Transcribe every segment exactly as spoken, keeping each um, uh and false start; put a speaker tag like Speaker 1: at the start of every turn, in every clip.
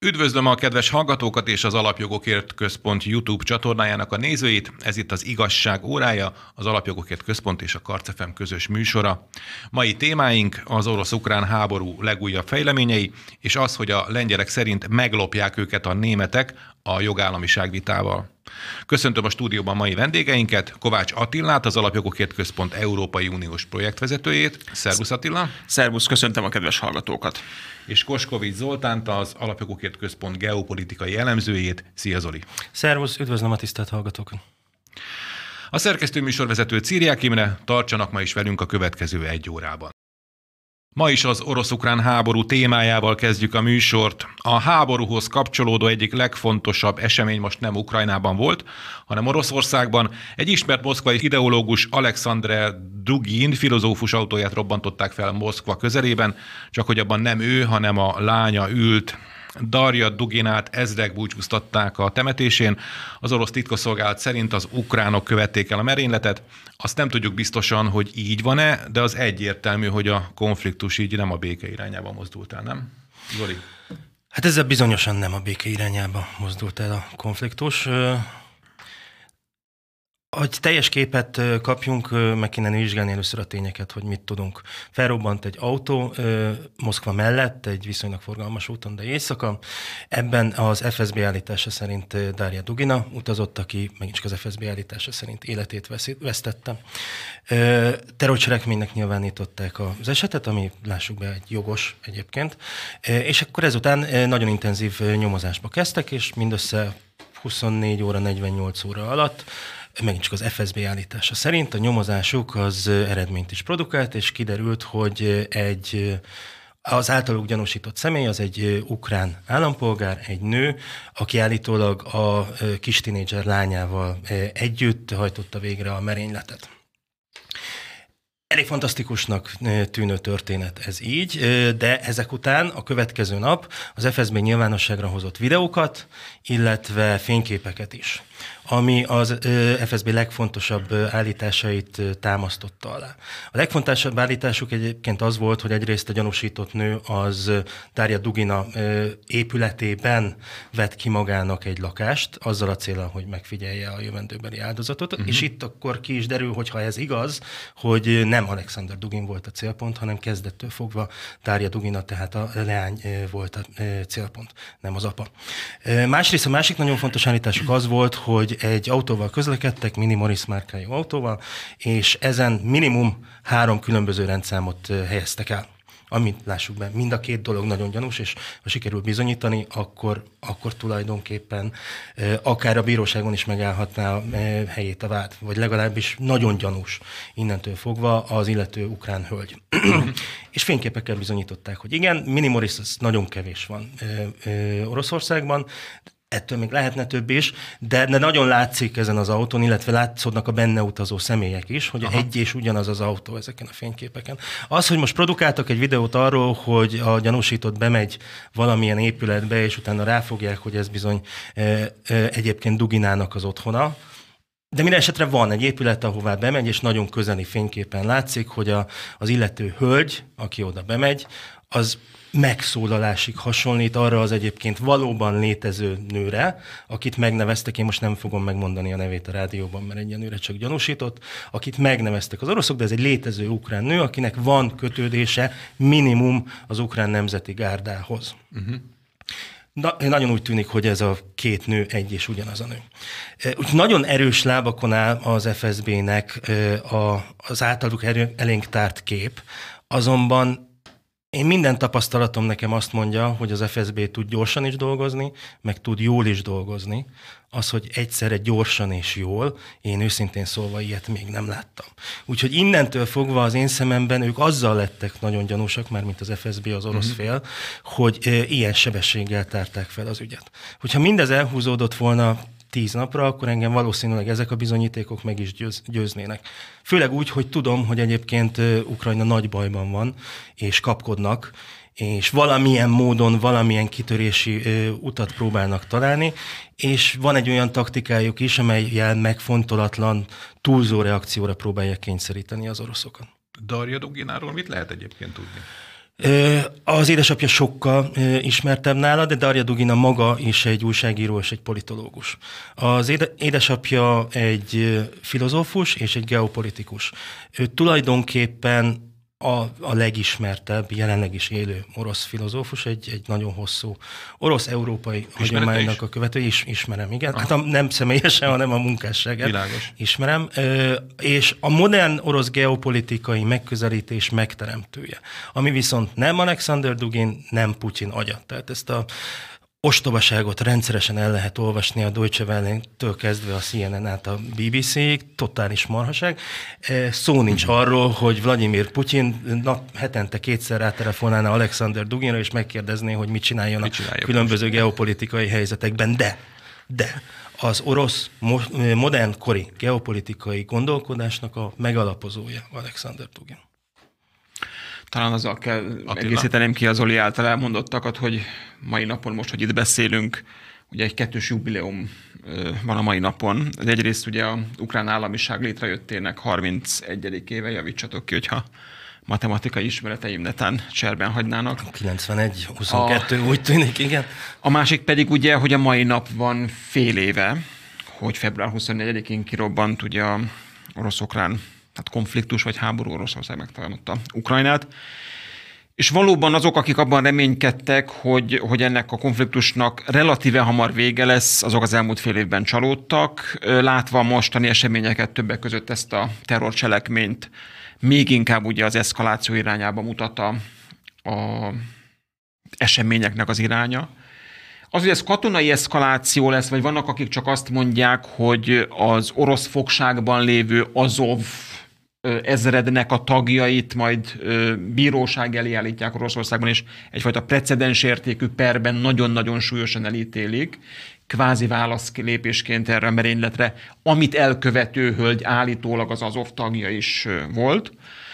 Speaker 1: Üdvözlöm a kedves hallgatókat és az Alapjogokért Központ YouTube csatornájának a nézőit. Ez itt az Igazság órája, az Alapjogokért Központ és a Karc ef em közös műsora. Mai témáink az orosz-ukrán háború legújabb fejleményei, és az, hogy a lengyelek szerint meglopják őket a németek a jogállamiság vitával. Köszöntöm a stúdióban mai vendégeinket, Kovács Attilát, az Alapjogokért Központ Európai Uniós projektvezetőjét. Szervusz Attila!
Speaker 2: Szervusz, köszöntöm a kedves hallgatókat!
Speaker 1: És Koskovics Zoltánt, az Alapjogokért Központ geopolitikai elemzőjét. Szia Zoli!
Speaker 3: Szervusz, üdvözlöm a tisztelt hallgatókat!
Speaker 1: A szerkesztő műsorvezető Círiák Imre, tartsanak ma is velünk a következő egy órában. Ma is az orosz-ukrán háború témájával kezdjük a műsort. A háborúhoz kapcsolódó egyik legfontosabb esemény most nem Ukrajnában volt, hanem Oroszországban. Egy ismert moszkvai ideológus, Alexander Dugin filozófus autóját robbantották fel Moszkva közelében, csak hogy abban nem ő, hanem a lánya ült. Darja Duginát ezrek búcsúztatták a temetésén. Az orosz titkosszolgálat szerint az ukránok követték el a merényletet. Azt nem tudjuk biztosan, hogy így van-e, de az egyértelmű, hogy a konfliktus így nem a béke irányába mozdult el, nem? Zoli?
Speaker 3: Hát ezzel bizonyosan nem a béke irányába mozdult el a konfliktus. Hogy teljes képet kapjunk, meg kéne vizsgálni először a tényeket, hogy mit tudunk. Felrobbant egy autó Moszkva mellett, egy viszonylag forgalmas úton, de éjszaka. Ebben az ef es bé állítása szerint Darja Dugina utazott, aki megint csak az ef es bé állítása szerint életét vesztette. Terrorcselekménynek nyilvánították az esetet, ami lássuk be egy jogos egyébként. És akkor ezután nagyon intenzív nyomozásba kezdtek, és mindössze huszonnégy óra, negyvennyolc óra alatt megint csak az ef es bé állítása szerint a nyomozásuk az eredményt is produkált, és kiderült, hogy egy az általuk gyanúsított személy az egy ukrán állampolgár, egy nő, aki állítólag a kis tinédzser lányával együtt hajtotta végre a merényletet. Elég fantasztikusnak tűnő történet ez így, de ezek után a következő nap az ef es bé nyilvánosságra hozott videókat, illetve fényképeket is, ami az ef es bé legfontosabb állításait támasztotta alá. A legfontosabb állításuk egyébként az volt, hogy egyrészt a gyanúsított nő az Darja Dugina épületében vett ki magának egy lakást, azzal a céllal, hogy megfigyelje a jövendőbeli áldozatot, uh-huh. és itt akkor ki is derül, hogy ha ez igaz, hogy nem Alexander Dugin volt a célpont, hanem kezdettől fogva Darja Dugina, tehát a leány volt a célpont, nem az apa. Másrészt a másik nagyon fontos állításuk az volt, hogy egy autóval közlekedtek, Mini Morris márkájú autóval, és ezen minimum három különböző rendszámot helyeztek el. Amit lássuk be, mind a két dolog nagyon gyanús, és ha sikerül bizonyítani, akkor, akkor tulajdonképpen akár a bíróságon is megállhatná a helyét a vád, vagy legalábbis nagyon gyanús innentől fogva az illető ukrán hölgy. És fényképekkel bizonyították, hogy igen, Mini Morris az nagyon kevés van Oroszországban, ettől még lehetne több is, de, de nagyon látszik ezen az autón, illetve látszódnak a benne utazó személyek is, hogy Aha. egy és ugyanaz az autó ezeken a fényképeken. Az, hogy most produkáltak egy videót arról, hogy a gyanúsított bemegy valamilyen épületbe, és utána ráfogják, hogy ez bizony e, e, egyébként Duginának az otthona, de minden esetre van egy épület, ahová bemegy, és nagyon közeli fényképen látszik, hogy a, az illető hölgy, aki oda bemegy, az megszólalásig hasonlít arra az egyébként valóban létező nőre, akit megneveztek, én most nem fogom megmondani a nevét a rádióban, mert egy ilyen nőre csak gyanúsított, akit megneveztek az oroszok, de ez egy létező ukrán nő, akinek van kötődése minimum az ukrán nemzeti gárdához. Uh-huh. Na, nagyon úgy tűnik, hogy ez a két nő egy és ugyanaz a nő. Úgy nagyon erős lábakon áll az ef es bének az általuk elénk tárt kép, azonban én minden tapasztalatom nekem azt mondja, hogy az ef es bé tud gyorsan is dolgozni, meg tud jól is dolgozni. Az, hogy egyszerre gyorsan és jól, én őszintén szólva ilyet még nem láttam. Úgyhogy innentől fogva az én szememben ők azzal lettek nagyon gyanúsak, már mint az ef es bé, az orosz uh-huh. fél, hogy e, ilyen sebességgel tárták fel az ügyet. Hogyha mindez elhúzódott volna tíz napra, akkor engem valószínűleg ezek a bizonyítékok meg is győz, győznének. Főleg úgy, hogy tudom, hogy egyébként Ukrajna nagy bajban van, és kapkodnak, és valamilyen módon, valamilyen kitörési ö, utat próbálnak találni, és van egy olyan taktikájuk is, amellyel megfontolatlan, túlzó reakcióra próbálják kényszeríteni az oroszokat.
Speaker 1: Darja Dugináról mit lehet egyébként tudni?
Speaker 3: Az édesapja sokkal ismertebb nála, de Darja Dugina maga is egy újságíró és egy politológus. Az édesapja egy filozófus és egy geopolitikus. Ő tulajdonképpen a, a legismertebb, jelenleg is élő orosz filozófus, egy, egy nagyon hosszú orosz-európai hagyománynak a követő. Is, ismerem, igen. Aha. Hát nem személyesen, hanem a munkásságát.
Speaker 1: Világos.
Speaker 3: Ismerem. És a modern orosz geopolitikai megközelítés megteremtője. Ami viszont nem Alexander Dugin, nem Putyin agya. Tehát ezt a ostobaságot rendszeresen el lehet olvasni a Deutsche Welle-től kezdve a C N N át a B B C-ig, totális marhaság. Szó nincs arról, hogy Vladimir Putyin nap hetente kétszer rátelefonálna Alexander Duginra, és megkérdezné, hogy mit csináljon mit a különböző most geopolitikai helyzetekben. De, de az orosz mo- modern kori geopolitikai gondolkodásnak a megalapozója Alexander Dugin.
Speaker 2: Talán azzal kell
Speaker 1: Attila.
Speaker 2: egészíteném ki az Zoli által elmondottakat, hogy mai napon most, hogy itt beszélünk, ugye egy kettős jubileum van a mai napon. Ez egyrészt ugye az ukrán államiság létrejöttének harmincegyedik éve, javítsatok ki, hogyha matematikai ismereteim netán cserben hagynának.
Speaker 3: kilencvenegy huszonkettő a, úgy tűnik, igen.
Speaker 2: A másik pedig ugye, hogy a mai nap van fél éve, hogy február huszonnegyedikén kirobbant ugye a orosz-ukrán tehát konfliktus vagy háború, Oroszország megtámadta Ukrajnát. És valóban azok, akik abban reménykedtek, hogy, hogy ennek a konfliktusnak relatíve hamar vége lesz, azok az elmúlt fél évben csalódtak. Látva a mostani eseményeket, többek között ezt a terrorcselekményt, még inkább ugye az eszkaláció irányába mutat a, a eseményeknek az iránya. Az, hogy ez katonai eszkaláció lesz, vagy vannak, akik csak azt mondják, hogy az orosz fogságban lévő Azov ezrednek a tagjait majd bíróság elé állítják Oroszországban, és egyfajta precedens értékű perben nagyon-nagyon súlyosan elítélik, kvázi válaszlépésként erre a merényletre, amit elkövető hölgy állítólag az Azov tagja is volt.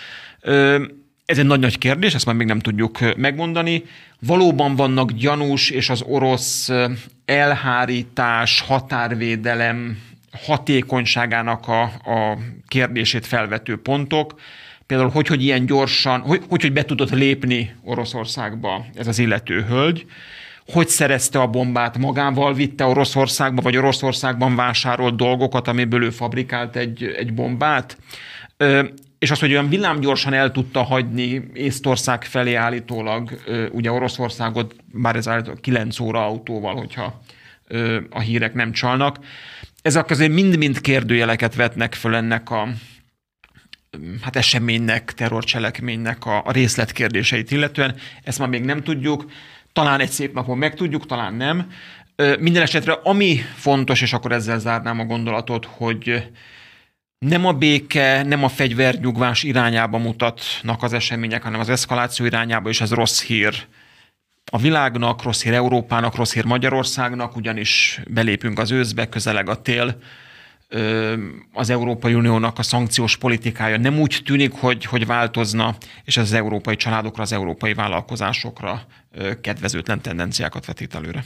Speaker 2: Ez egy nagy-nagy kérdés, ezt már még nem tudjuk megmondani. Valóban vannak gyanús és az orosz elhárítás, határvédelem hatékonyságának a, a kérdését felvető pontok. Például, hogy, hogy ilyen gyorsan, hogy, hogy, hogy be tudott lépni Oroszországba ez az illető hölgy, hogy szerezte a bombát, magával vitte Oroszországba, vagy Oroszországban vásárolt dolgokat, amiből ő fabrikált egy, egy bombát. És az, hogy olyan villámgyorsan el tudta hagyni Észtország felé állítólag, ugye Oroszországot, bár ez állítólag kilenc óra autóval, hogyha a hírek nem csalnak. Ezek azért mind-mind kérdőjeleket vetnek föl ennek a hát eseménynek, terrorcselekménynek a, a részletkérdéseit illetően. Ezt már még nem tudjuk. Talán egy szép napon megtudjuk, talán nem. Minden esetre ami fontos, és akkor ezzel zárnám a gondolatot, hogy nem a béke, nem a fegyvernyugvás irányába mutatnak az események, hanem az eszkaláció irányába, és ez rossz hír a világnak, rossz hír Európának, rossz hír Magyarországnak, ugyanis belépünk az őszbe, közeleg a tél. Az Európai Uniónak a szankciós politikája nem úgy tűnik, hogy, hogy változna, és ez az európai családokra, az európai vállalkozásokra kedvezőtlen tendenciákat vetít előre.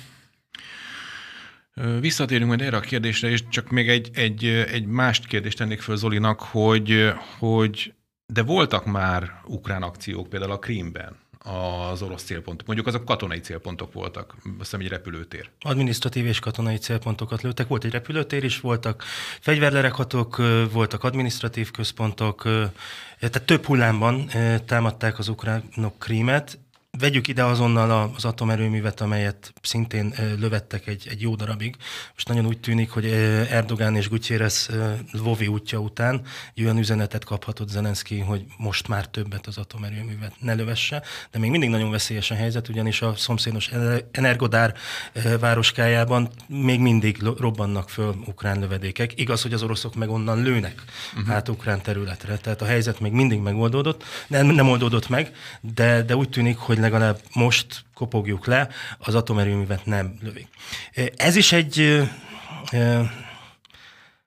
Speaker 1: Visszatérünk majd erre a kérdésre, és csak még egy, egy, egy mást kérdést tennék föl Zolinak, hogy, hogy de voltak már ukrán akciók, például a Krímben az orosz célpontok. Mondjuk azok katonai célpontok voltak, azt hiszem egy repülőtér.
Speaker 3: Adminisztratív és katonai célpontokat lőttek. Volt egy repülőtér is, voltak fegyverlerakhatók, voltak adminisztratív központok, tehát több hullámban támadták az ukránok Krímet. Vegyük ide azonnal az atomerőművet, amelyet szintén lövettek egy, egy jó darabig. Most nagyon úgy tűnik, hogy Erdogán és Gutierrez Lvovi útja után egy olyan üzenetet kaphatott Zelenszky, hogy most már többet az atomerőművet ne lövesse, de még mindig nagyon veszélyes a helyzet, ugyanis a szomszédos Energodár városkájában még mindig robbannak föl ukrán lövedékek. Igaz, hogy az oroszok meg onnan lőnek uh-huh. át ukrán területre, tehát a helyzet még mindig megoldódott, nem, nem oldódott meg, de, de úgy tűnik, hogy legalább most kopogjuk le, az atomerőművet nem lövik. Ez is egy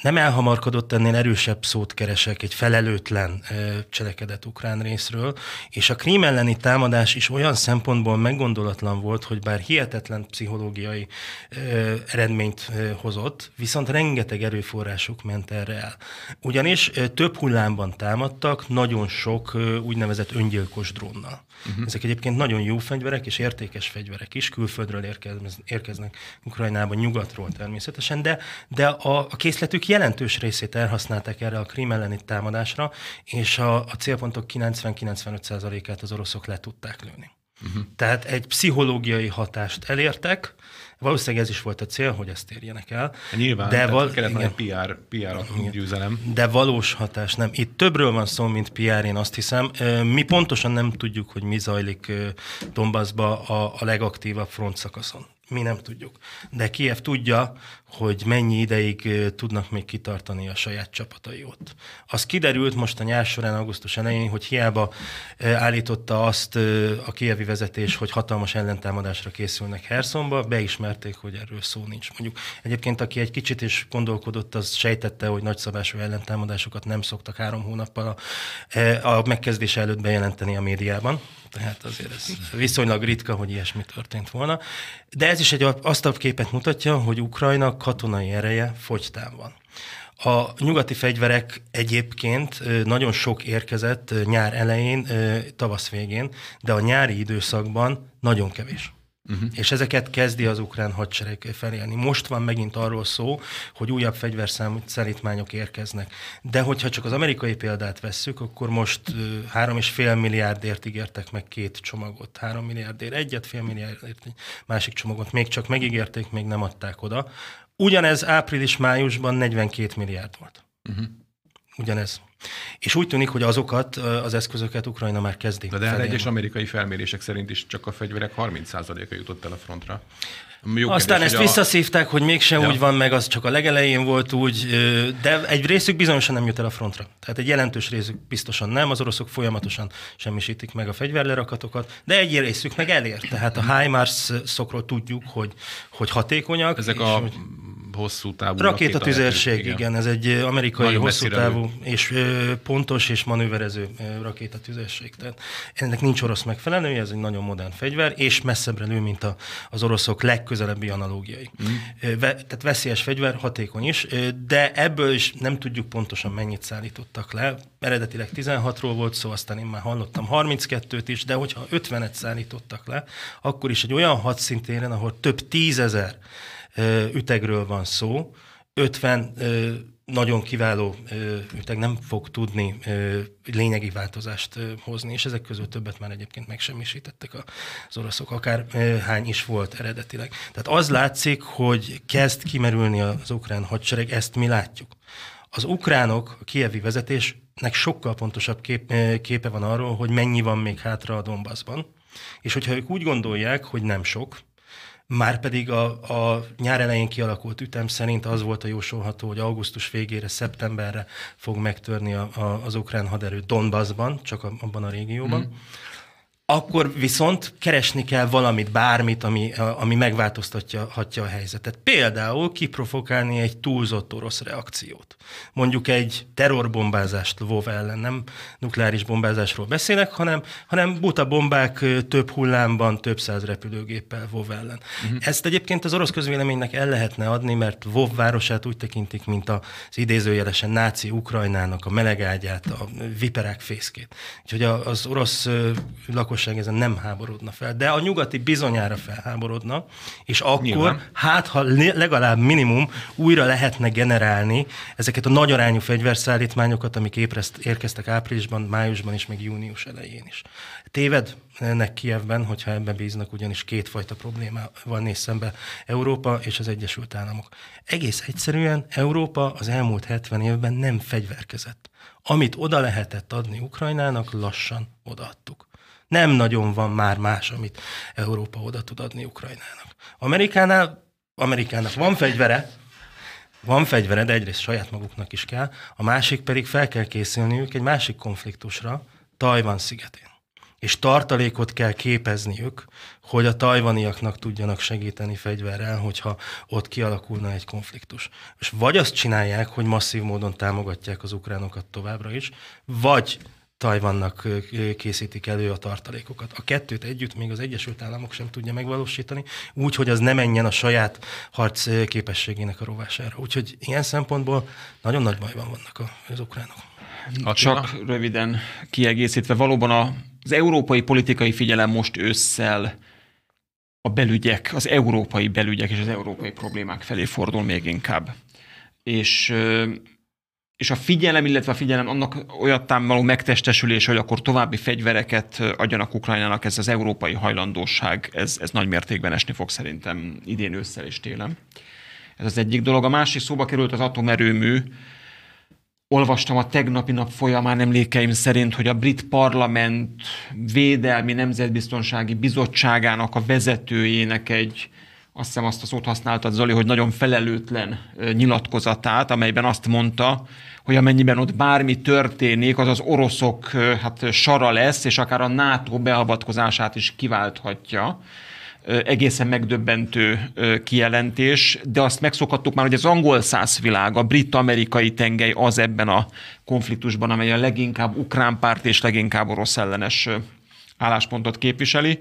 Speaker 3: nem elhamarkodott, ennél erősebb szót keresek, egy felelőtlen cselekedet ukrán részről, és a Krím elleni támadás is olyan szempontból meggondolatlan volt, hogy bár hihetetlen pszichológiai eredményt hozott, viszont rengeteg erőforrásuk ment erre el. Ugyanis több hullámban támadtak, nagyon sok úgynevezett öngyilkos drónnal. Uh-huh. Ezek egyébként nagyon jó fegyverek és értékes fegyverek is, külföldről érkez, érkeznek Ukrajnába, nyugatról természetesen, de, de a, a készletük jelentős részét elhasználták erre a Krím elleni támadásra, és a, a célpontok kilencven-kilencvenöt százalékát az oroszok le tudták lőni. Uh-huh. Tehát egy pszichológiai hatást elértek, valószínűleg ez is volt a cél, hogy ezt érjenek el.
Speaker 1: Nyilván,
Speaker 3: de val-
Speaker 1: kellett egy pé er, pé er győzelem.
Speaker 3: De valós hatás nem. Itt többről van szó, mint pé er, én azt hiszem. Mi pontosan nem tudjuk, hogy mi zajlik Donbassba a, a legaktívabb frontszakaszon. Mi nem tudjuk. De Kijev tudja, hogy mennyi ideig tudnak még kitartani a saját csapatai ott. Az kiderült most a nyár során, augusztus elején, hogy hiába állította azt a kijevi vezetés, hogy hatalmas ellentámadásra készülnek Hersonba, beismerték, hogy erről szó nincs. Mondjuk egyébként, aki egy kicsit is gondolkodott, az sejtette, hogy nagyszabású ellentámadásokat nem szoktak három hónappal a, a megkezdés előtt bejelenteni a médiában. Tehát azért ez viszonylag ritka, hogy ilyesmi történt volna. De ez is egy azt a képet mutatja, hogy Ukrajna katonai ereje fogytán van. A nyugati fegyverek egyébként nagyon sok érkezett nyár elején, tavasz végén, de a nyári időszakban nagyon kevés. Uh-huh. És ezeket kezdi az ukrán hadsereg felélni. Most van megint arról szó, hogy újabb fegyverszállítmányok érkeznek. De hogyha csak az amerikai példát vesszük, akkor most három és fél milliárdért ígértek meg két csomagot. Három milliárdért egyet, fél milliárdért másik csomagot. Még csak megígérték, még nem adták oda. Ugyanez április-májusban negyvenkét milliárd volt. Uh-huh. Ugyanez. És úgy tűnik, hogy azokat az eszközöket Ukrajna már kezdi.
Speaker 1: De, de hát egyes amerikai felmérések szerint is csak a fegyverek harminc százaléka jutott el a frontra.
Speaker 3: Jó Aztán kérdés, ezt a... visszaszívták, hogy mégsem ja. úgy van, meg az csak a legelején volt úgy, de egy részük bizonyosan nem jut el a frontra. Tehát egy jelentős részük biztosan nem, az oroszok folyamatosan semmisítik meg a fegyverlerakatokat, de egy részük meg elér. Tehát a HIMARS-szokról tudjuk, hogy, hogy hatékonyak.
Speaker 1: Ezek a hogy... hosszú távú
Speaker 3: rakétatüzérség, igen. igen, ez egy amerikai nagyon hosszú távú és ö, pontos és manőverező ö, rakétatüzérség. Tehát ennek nincs orosz megfelelője, ez egy nagyon modern fegyver, és messzebbre lő, mint a, az oroszok legközelebbi analógiai. Mm. Ö, ve, tehát veszélyes fegyver, hatékony is, ö, de ebből is nem tudjuk pontosan mennyit szállítottak le. Eredetileg tizenhatról volt szó, aztán én már hallottam harminckettőt is, de hogyha ötvenet szállítottak le, akkor is egy olyan hadszintéren, ahol több tízezer ütegről van szó, ötven ö, nagyon kiváló ö, üteg nem fog tudni ö, lényegi változást ö, hozni, és ezek közül többet már egyébként megsemmisítettek az oroszok, akár ö, hány is volt eredetileg. Tehát az látszik, hogy kezd kimerülni az ukrán hadsereg, ezt mi látjuk. Az ukránok, a kijevi vezetésnek sokkal pontosabb kép, képe van arról, hogy mennyi van még hátra a Donbassban, és hogyha ők úgy gondolják, hogy nem sok, márpedig a, a nyár elején kialakult ütem szerint az volt a jósolható, hogy augusztus végére, szeptemberre fog megtörni a, a, az ukrán haderő Donbassban, csak abban a régióban. Mm. Akkor viszont keresni kell valamit, bármit, ami, ami megváltoztatja hatja a helyzetet. Például kiprovokálni egy túlzott orosz reakciót. Mondjuk egy terrorbombázást Lvov ellen, nem nukleáris bombázásról beszélek, hanem, hanem buta bombák több hullámban, több száz repülőgéppel Lvov ellen. Uh-huh. Ezt egyébként az orosz közvéleménynek el lehetne adni, mert Lvov városát úgy tekintik, mint az idézőjelesen náci Ukrajnának a melegágyát, a viperák fészkét. Úgyhogy az orosz lakos ezen nem háborodna fel, de a nyugati bizonyára felháborodna, és akkor nyilván. Hát, ha legalább minimum újra lehetne generálni ezeket a nagyarányú fegyverszállítmányokat, amik érkeztek áprilisban, májusban és még június elején is. Tévednek Kijevben, hogyha ebben bíznak, ugyanis kétfajta problémával néz szembe Európa és az Egyesült Államok. Egész egyszerűen Európa az elmúlt hetven évben nem fegyverkezett. Amit oda lehetett adni Ukrajnának, lassan odaadtuk. Nem nagyon van már más, amit Európa oda tud adni Ukrajnának. Amerikánál, Amerikának van fegyvere, van fegyvere, de egyrészt saját maguknak is kell, a másik pedig fel kell készülniük egy másik konfliktusra, Tajvan szigetén. és tartalékot kell képezniük, hogy a tajvaniaknak tudjanak segíteni fegyverrel, hogyha ott kialakulna egy konfliktus. És vagy azt csinálják, hogy masszív módon támogatják az ukránokat továbbra is, vagy Tajvannak készítik elő a tartalékokat. A kettőt együtt még az Egyesült Államok sem tudja megvalósítani, úgy, hogy az ne menjen a saját harc képességének a rovására. Úgyhogy ilyen szempontból nagyon nagy bajban vannak az ukránok.
Speaker 2: Csak röviden kiegészítve, valóban az európai politikai figyelem most ősszel a belügyek, az európai belügyek és az európai problémák felé fordul még inkább. És És a figyelem, illetve a figyelem annak olyattán való megtestesülése, hogy akkor további fegyvereket adjanak Ukrajnának, ez az európai hajlandóság, ez, ez nagy mértékben esni fog szerintem idén ősszel és télen. Ez az egyik dolog. A másik, szóba került az atomerőmű. Olvastam a tegnapi nap folyamán emlékeim szerint, hogy a brit parlament védelmi nemzetbiztonsági bizottságának a vezetőjének egy, azt hiszem azt a szót használtad, Zoli, hogy nagyon felelőtlen nyilatkozatát, amelyben azt mondta, hogy amennyiben ott bármi történik, az az oroszok hát, sara lesz, és akár a NATO beavatkozását is kiválthatja. Egészen megdöbbentő kijelentés, de azt megszokhattuk már, hogy az angol száz világ, a brit-amerikai tengely az ebben a konfliktusban, amely a leginkább ukrán párt és leginkább orosz ellenes álláspontot képviseli.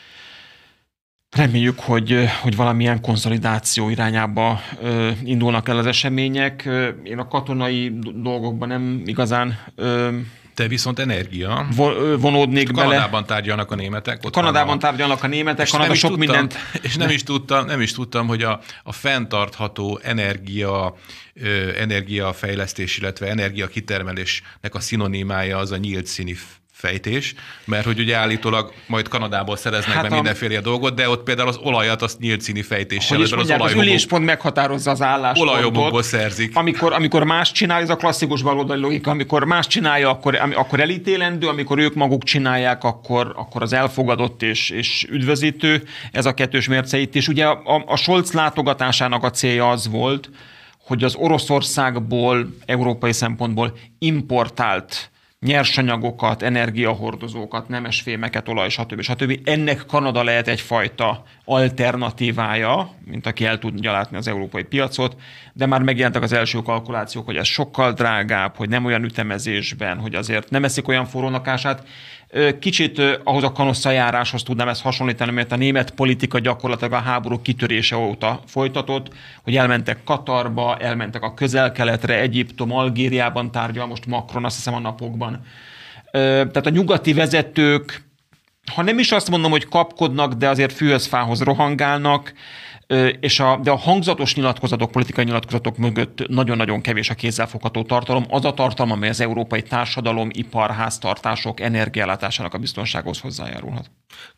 Speaker 2: Reméljük, hogy, hogy valamilyen konszolidáció irányába ö, indulnak el az események. Én a katonai dolgokban nem igazán... Ö,
Speaker 1: Te viszont energia.
Speaker 2: Vonódnék bele.
Speaker 1: Kanadában tárgyalnak a németek. Ott
Speaker 2: Kanadában a... tárgyalnak a németek, Kanada sok
Speaker 1: tudtam,
Speaker 2: mindent...
Speaker 1: És nem is tudtam, nem is tudtam, hogy a, a fenntartható energia, ö, energiafejlesztés, illetve energiakitermelésnek a szinonimája az a nyílt színi fejtés, mert hogy ugye állítólag majd Kanadából szereznek hát be a... mindenféle dolgot, de ott például az olajat azt nyílt színi fejtéssel.
Speaker 2: Hogy is mondják, az, az üléspont meghatározza az álláspontot.
Speaker 1: Olajomokból szerzik.
Speaker 2: Amikor, amikor más csinálja, ez a klasszikus baloldali logika, amikor más csinálja, akkor, akkor elítélendő, amikor ők maguk csinálják, akkor, akkor az elfogadott és, és üdvözítő. Ez a kettős mérce itt is. Ugye a, a Scholz látogatásának a célja az volt, hogy az Oroszországból, európai szempontból importált nyersanyagokat, energiahordozókat, nemesfémeket, olaj, stb. stb. Ennek Kanada lehet egyfajta alternatívája, mint aki el tudja látni az európai piacot, de már megjelentek az első kalkulációk, hogy ez sokkal drágább, hogy nem olyan ütemezésben, hogy azért nem eszik olyan forrónakását. Kicsit ahhoz a kanosszajáráshoz tudnám ezt hasonlítani, mert a német politika gyakorlatilag a háború kitörése óta folytatott, hogy elmentek Katarba, elmentek a Közel-Keletre, Egyiptom, Algériában tárgyal most Macron, azt hiszem a napokban. Tehát a nyugati vezetők, ha nem is azt mondom, hogy kapkodnak, de azért fűhöz fához rohangálnak, és a, de a hangzatos nyilatkozatok, politikai nyilatkozatok mögött nagyon-nagyon kevés a kézzelfogható tartalom. Az a tartalom, amely az európai társadalom, ipar, háztartások energiállátásának a biztonsághoz hozzájárulhat.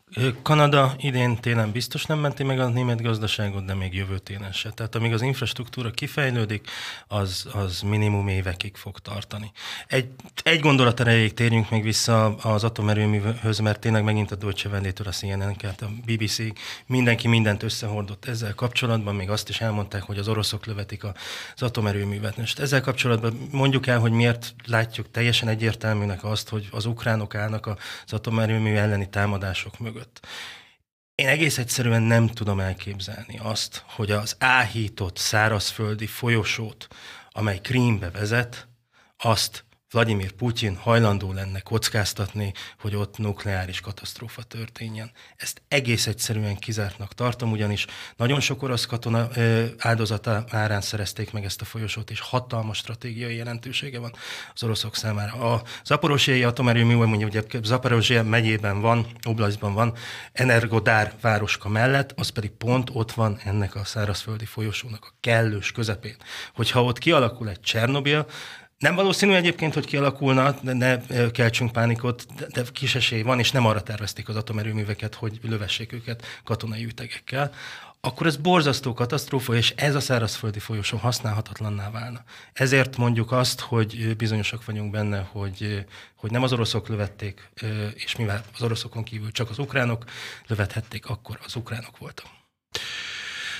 Speaker 3: Kanada idén télen biztos nem menti meg a német gazdaságot, de még jövő télen se. Tehát amíg az infrastruktúra kifejlődik, az, az minimum évekig fog tartani. Egy, egy gondolat erejéig térjünk még vissza az atomerőműhöz, mert tényleg megint a Deutsche Welle-től a C N N-ket, a B B C, mindenki mindent összehordott ezzel kapcsolatban, még azt is elmondták, hogy az oroszok lövetik az atomerőművet. Most ezzel kapcsolatban mondjuk el, hogy miért látjuk teljesen egyértelműnek azt, hogy az ukránok állnak az atomerőmű elleni támadások mögött. Én egész egyszerűen nem tudom elképzelni azt, hogy az áhított szárazföldi folyosót, amely Krímbe vezet, azt Vladimir Putyin hajlandó lenne kockáztatni, hogy ott nukleáris katasztrófa történjen. Ezt egész egyszerűen kizártnak tartom, ugyanis nagyon sok orosz katona áldozata árán szerezték meg ezt a folyosót, és hatalmas stratégiai jelentősége van az oroszok számára. A zaporozsiai atomerőmű, mondjuk ugye Zaporozsia megyében van, oblastban van, Energodár városka mellett, az pedig pont ott van ennek a szárazföldi folyosónak a kellős közepén. Hogyha ott kialakul egy Csernobil, nem valószínű egyébként, hogy kialakulna, de ne keltsünk pánikot, de, de kis esély van, és nem arra tervezték az atomerőműveket, hogy lövessék őket katonai ütegekkel, akkor ez borzasztó katasztrófa, és ez a szárazföldi folyosó használhatatlanná válna. Ezért mondjuk azt, hogy bizonyosak vagyunk benne, hogy, hogy nem az oroszok lövették, és mivel az oroszokon kívül csak az ukránok lövethették, akkor az ukránok voltak.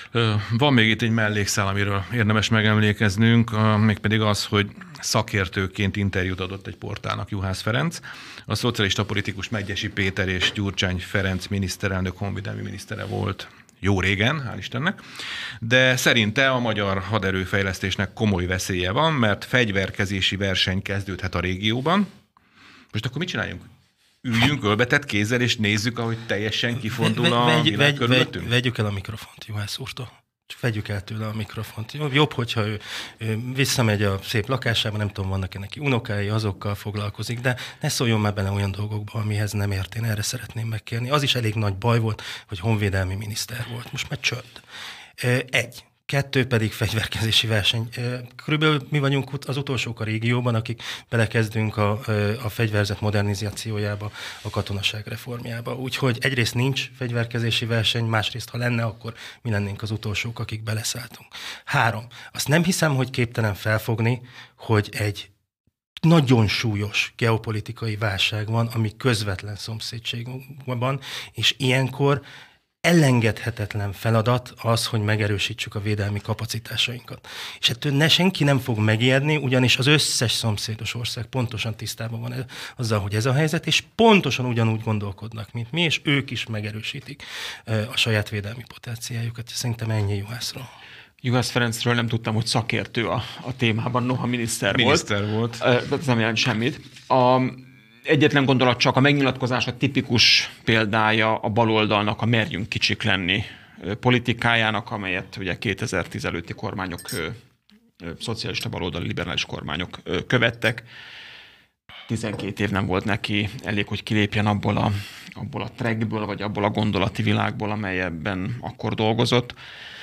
Speaker 1: Van még itt egy mellékszál, amiről érdemes megemlékeznünk, mégpedig az, hogy szakértőként interjút adott egy portálnak Juhász Ferenc. A szocialista politikus Medgyessy Péter és Gyurcsány Ferenc miniszterelnök honvédelmi minisztere volt jó régen, hál' Istennek, de szerinte a magyar haderőfejlesztésnek komoly veszélye van, mert fegyverkezési verseny kezdődhet a régióban. Most akkor mit csináljunk? Üljünk ölbetett kézzel, és nézzük, ahogy teljesen kifordul a
Speaker 3: vegy,
Speaker 1: világ
Speaker 3: vegy,
Speaker 1: körülöttünk?
Speaker 3: vegy, Vegyük el a mikrofont Juhász úrtól. Csak vegyük el tőle a mikrofont. Jobb, hogyha ő, ő visszamegy a szép lakásába, nem tudom, vannak-e neki unokái, azokkal foglalkozik, de ne szóljon már bele olyan dolgokba, amihez nem ért. Én erre szeretném megkérni. Az is elég nagy baj volt, hogy honvédelmi miniszter volt. Most már csönd. Egy. Kettő pedig fegyverkezési verseny. Körülbelül mi vagyunk az utolsók a régióban, akik belekezdünk a, a fegyverzet modernizációjába, a katonaság reformjába. Úgyhogy egyrészt nincs fegyverkezési verseny, másrészt ha lenne, akkor mi lennénk az utolsók, akik beleszálltunk. Három. Azt nem hiszem, hogy képtelen felfogni, hogy egy nagyon súlyos geopolitikai válság van, ami közvetlen szomszédságunkban, és ilyenkor elengedhetetlen feladat az, hogy megerősítsük a védelmi kapacitásainkat. És ettől ne senki nem fog megijedni, ugyanis az összes szomszédos ország pontosan tisztában van azzal, hogy ez a helyzet, és pontosan ugyanúgy gondolkodnak, mint mi, és ők is megerősítik a saját védelmi potenciáljukat. Szerintem ennyi Juhászról.
Speaker 2: Juhász Ferencről nem tudtam, hogy szakértő a, a témában, noha miniszter,
Speaker 1: miniszter volt.
Speaker 2: volt. Ez nem jelent semmit. A Egyetlen gondolat csak a megnyilatkozása tipikus példája a baloldalnak a merjünk kicsik lenni politikájának, amelyet ugye kétezer-tíz előtti kormányok, szocialista baloldali liberális kormányok követtek. tizenkét év nem volt neki elég, hogy kilépjen abból a, abból a trackből, vagy abból a gondolati világból, amelyben akkor dolgozott.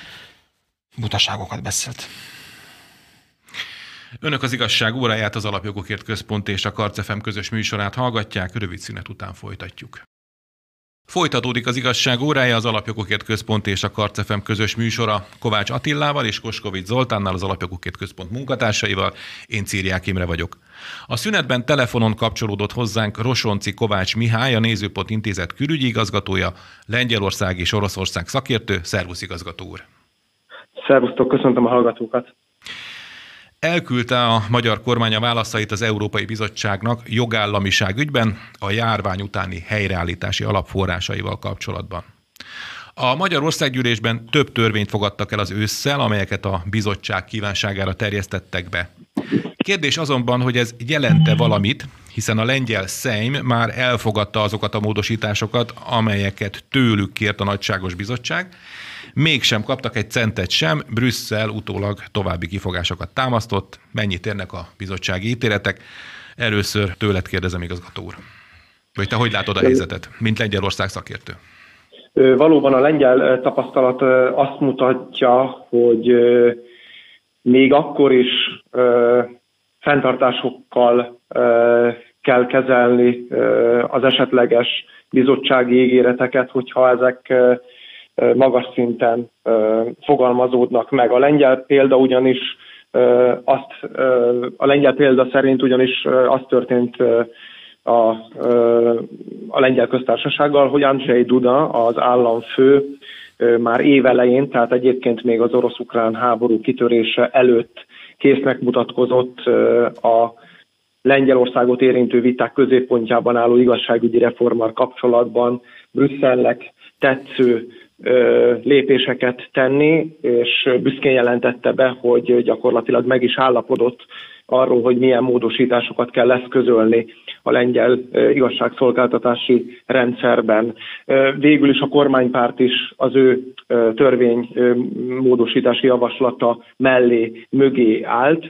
Speaker 2: Butaságokat beszélt.
Speaker 1: Önök az Igazság óráját, az Alapjogokért Központ és a Karc ef em közös műsorát hallgatják, rövid szünet után folytatjuk. Folytatódik az Igazság órája, az Alapjogokért Központ és a Karc ef em közös műsora Kovács Attilával és Koskovics Zoltánnal, az Alapjogokért Központ munkatársaival. Én Círiák Imre vagyok. A szünetben telefonon kapcsolódott hozzánk Rosonci Kovács Mihály, a Nézőpont Intézet külügyi igazgatója, Lengyelország és Oroszország szakértő. Szervusz, igazgató úr!
Speaker 4: Szervusztok, köszöntöm a hallgatókat!
Speaker 1: Elküldte a magyar kormány a válaszait az Európai Bizottságnak jogállamiság ügyben a járvány utáni helyreállítási alapforrásaival kapcsolatban. A Magyar Országgyűlésben több törvényt fogadtak el az ősszel, amelyeket a bizottság kívánságára terjesztettek be. Kérdés azonban, hogy ez jelente valamit, hiszen a lengyel Szejm már elfogadta azokat a módosításokat, amelyeket tőlük kért a Nagyságos Bizottság, mégsem kaptak egy centet sem, Brüsszel utólag további kifogásokat támasztott. Mennyit érnek a bizottsági ítéletek? Először tőled kérdezem, igazgató úr. Vagy te hogy látod a helyzetet, mint Lengyelország szakértő?
Speaker 4: Valóban a lengyel tapasztalat azt mutatja, hogy még akkor is fenntartásokkal kell kezelni az esetleges bizottsági ígéreteket, hogyha ezek magas szinten fogalmazódnak meg. A lengyel példa ugyanis azt, a lengyel példa szerint ugyanis az történt a, a lengyel köztársasággal, hogy Andrzej Duda, az államfő már évelején, tehát egyébként még az orosz-ukrán háború kitörése előtt késznek mutatkozott a Lengyelországot érintő viták középpontjában álló igazságügyi reformmal kapcsolatban Brüsszelnek tetsző lépéseket tenni, és büszkén jelentette be, hogy gyakorlatilag meg is állapodott arról, hogy milyen módosításokat kell eszközölni a lengyel igazságszolgáltatási rendszerben. Végül is a kormánypárt is az ő törvény módosítási javaslata mellé, mögé állt,